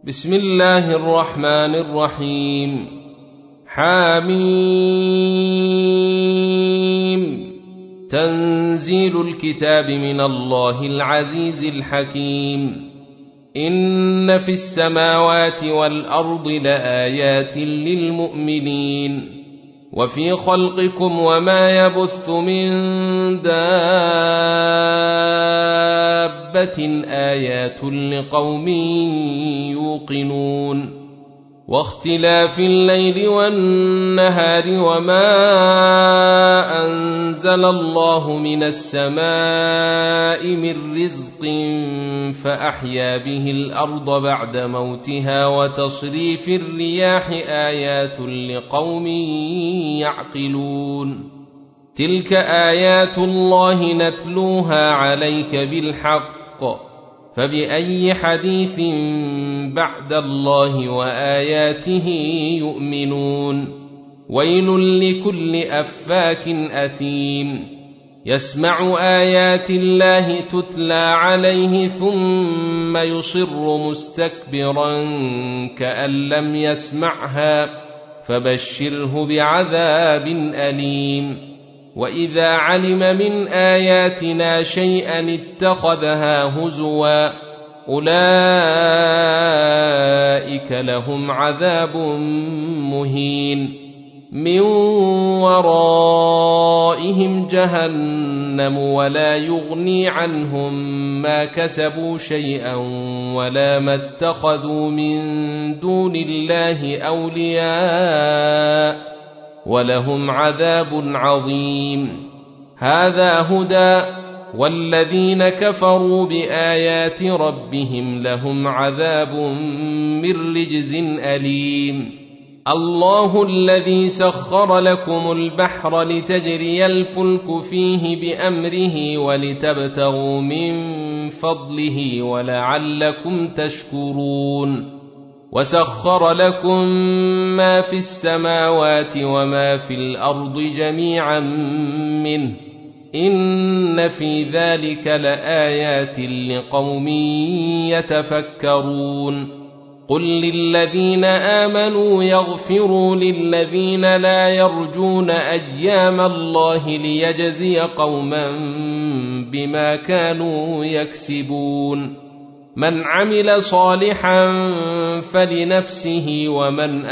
بسم الله الرحمن الرحيم. حميم. تنزيل الكتاب من الله العزيز الحكيم. إن في السماوات والأرض لآيات للمؤمنين وفي خلقكم وما يبث من دابة آيات لقوم يوقنون واختلاف الليل والنهار وما أنزل الله من السماء من رزق فأحيا به الأرض بعد موتها وتصريف الرياح آيات لقوم يعقلون. تلك آيات الله نتلوها عليك بالحق فبأي حديث بعد الله وآياته يؤمنون. ويل لكل أفاك أثيم يسمع آيات الله تتلى عليه ثم يصر مستكبرا كأن لم يسمعها فبشره بعذاب أليم. وإذا علم من آياتنا شيئا اتخذها هزوا أولئك لهم عذاب مهين من ورائهم جهنم ولا يغني عنهم ما كسبوا شيئا ولا ما اتخذوا من دون الله أولياء ولهم عذاب عظيم. هذا هدى والذين كفروا بآيات ربهم لهم عذاب من رجز أليم. الله الذي سخر لكم البحر لتجري الفلك فيه بأمره ولتبتغوا من فضله ولعلكم تشكرون. وسخر لكم ما في السماوات وما في الأرض جميعا منه إن في ذلك لآيات لقوم يتفكرون. قل للذين آمنوا يغفروا للذين لا يرجون أيام الله ليجزي قوما بما كانوا يكسبون. من عمل صالحا فلنفسه ومن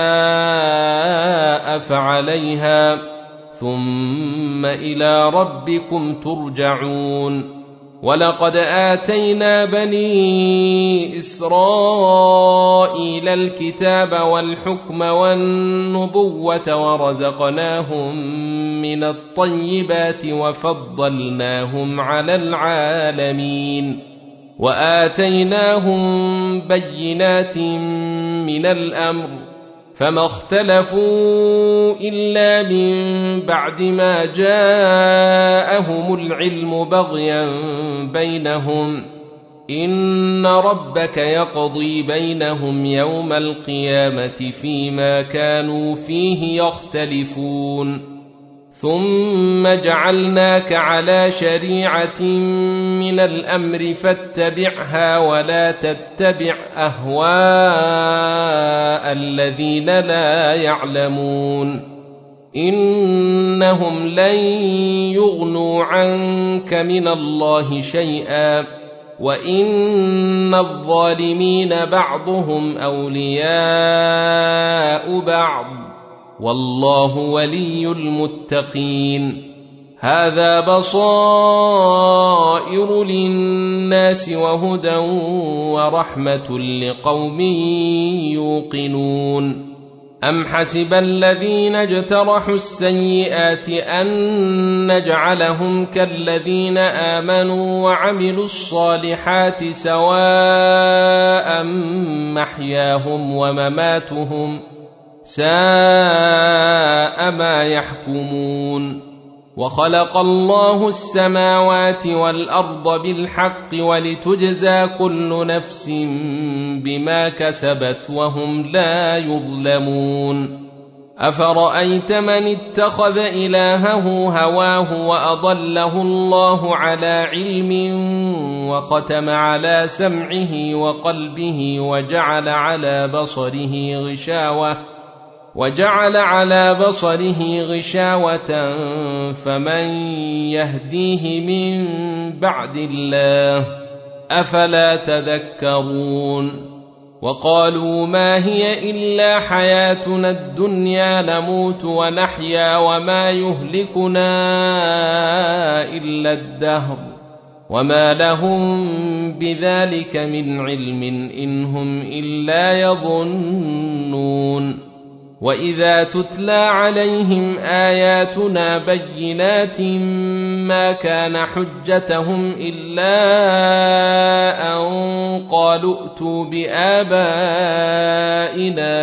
أساء فعليها ثم إلى ربكم ترجعون. ولقد آتينا بني إسرائيل الكتاب والحكم والنبوة ورزقناهم من الطيبات وفضلناهم على العالمين وآتيناهم بينات من الأمر فما اختلفوا إلا من بعد ما جاءهم العلم بغيا بينهم إن ربك يقضي بينهم يوم القيامة فيما كانوا فيه يختلفون. ثم جعلناك على شريعة من الأمر فاتبعها ولا تتبع أهواء الذين لا يعلمون إنهم لن يغنوا عنك من الله شيئا وإن الظالمين بعضهم أولياء بعض والله ولي المتقين. هذا بصائر للناس وهدى ورحمة لقوم يوقنون. أم حسب الذين اجترحوا السيئات أن نجعلهم كالذين آمنوا وعملوا الصالحات سواء محياهم ومماتهم ساء ما يحكمون. وخلق الله السماوات والأرض بالحق ولتجزى كل نفس بما كسبت وهم لا يظلمون. أفرأيت من اتخذ إلهه هواه وأضله الله على علم وختم على سمعه وقلبه وجعل على بصره غشاوة فمن يهديه من بعد الله أفلا تذكرون وقالوا ما هي إلا حياتنا الدنيا نموت ونحيا وما يهلكنا إلا الدهر وما لهم بذلك من علم إن هم إلا يظنون وإذا تتلى عليهم آياتنا بينات ما كان حجتهم إلا أن قالوا ائتوا بآبائنا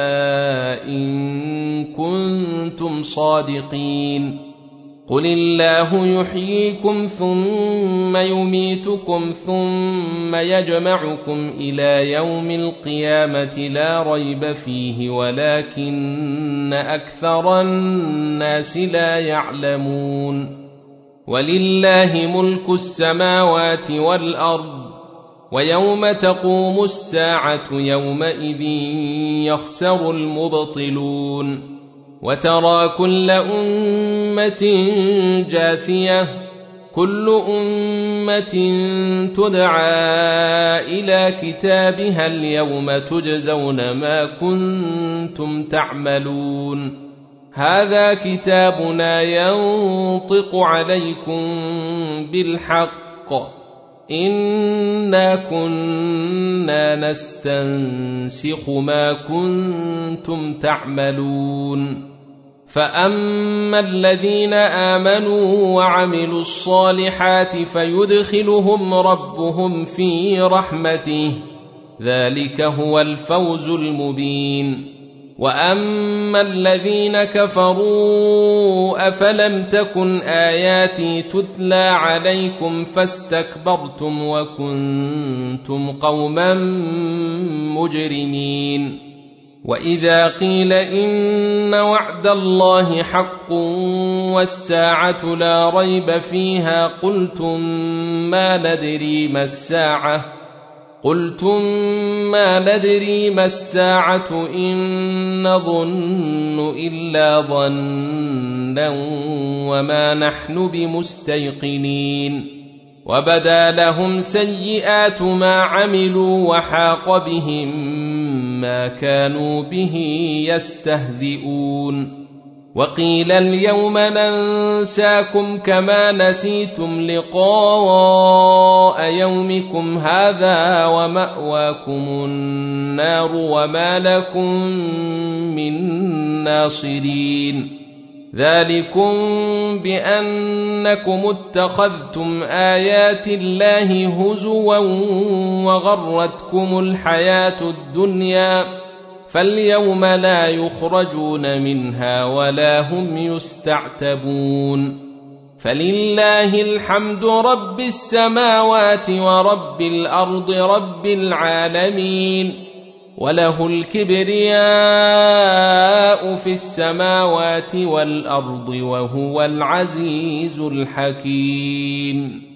إن كنتم صادقين قل الله يحييكم ثم يميتكم ثم يجمعكم إلى يوم القيامة لا ريب فيه ولكن أكثر الناس لا يعلمون ولله ملك السماوات والأرض ويوم تقوم الساعة يومئذ يخسر المبطلون وترى كل أمة جاثية كل أمة تدعى إلى كتابها اليوم تجزون ما كنتم تعملون هذا كتابنا ينطق عليكم بالحق إنا كنا نستنسخ ما كنتم تعملون فأما الذين آمنوا وعملوا الصالحات فيدخلهم ربهم في رحمته ذلك هو الفوز المبين وأما الذين كفروا أفلم تكن آياتي تتلى عليكم فاستكبرتم وكنتم قوما مجرمين وإذا قيل إن وعد الله حق والساعة لا ريب فيها قلتم ما ندري ما الساعة إن نظن إلا ظنا وما نحن بمستيقنين وبدا لهم سيئات ما عملوا وحاق بهم ما كانوا به يستهزئون وقيل اليوم ننساكم كما نسيتم لقاء يومكم هذا ومأواكم النار وما لكم من ناصرين ذلكم بأنكم اتخذتم آيات الله هزوا وغرتكم الحياة الدنيا فاليوم لا يخرجون منها ولا هم يستعتبون فلله الحمد رب السماوات ورب الأرض رب العالمين وله الكبرياء في السماوات والأرض وهو العزيز الحكيم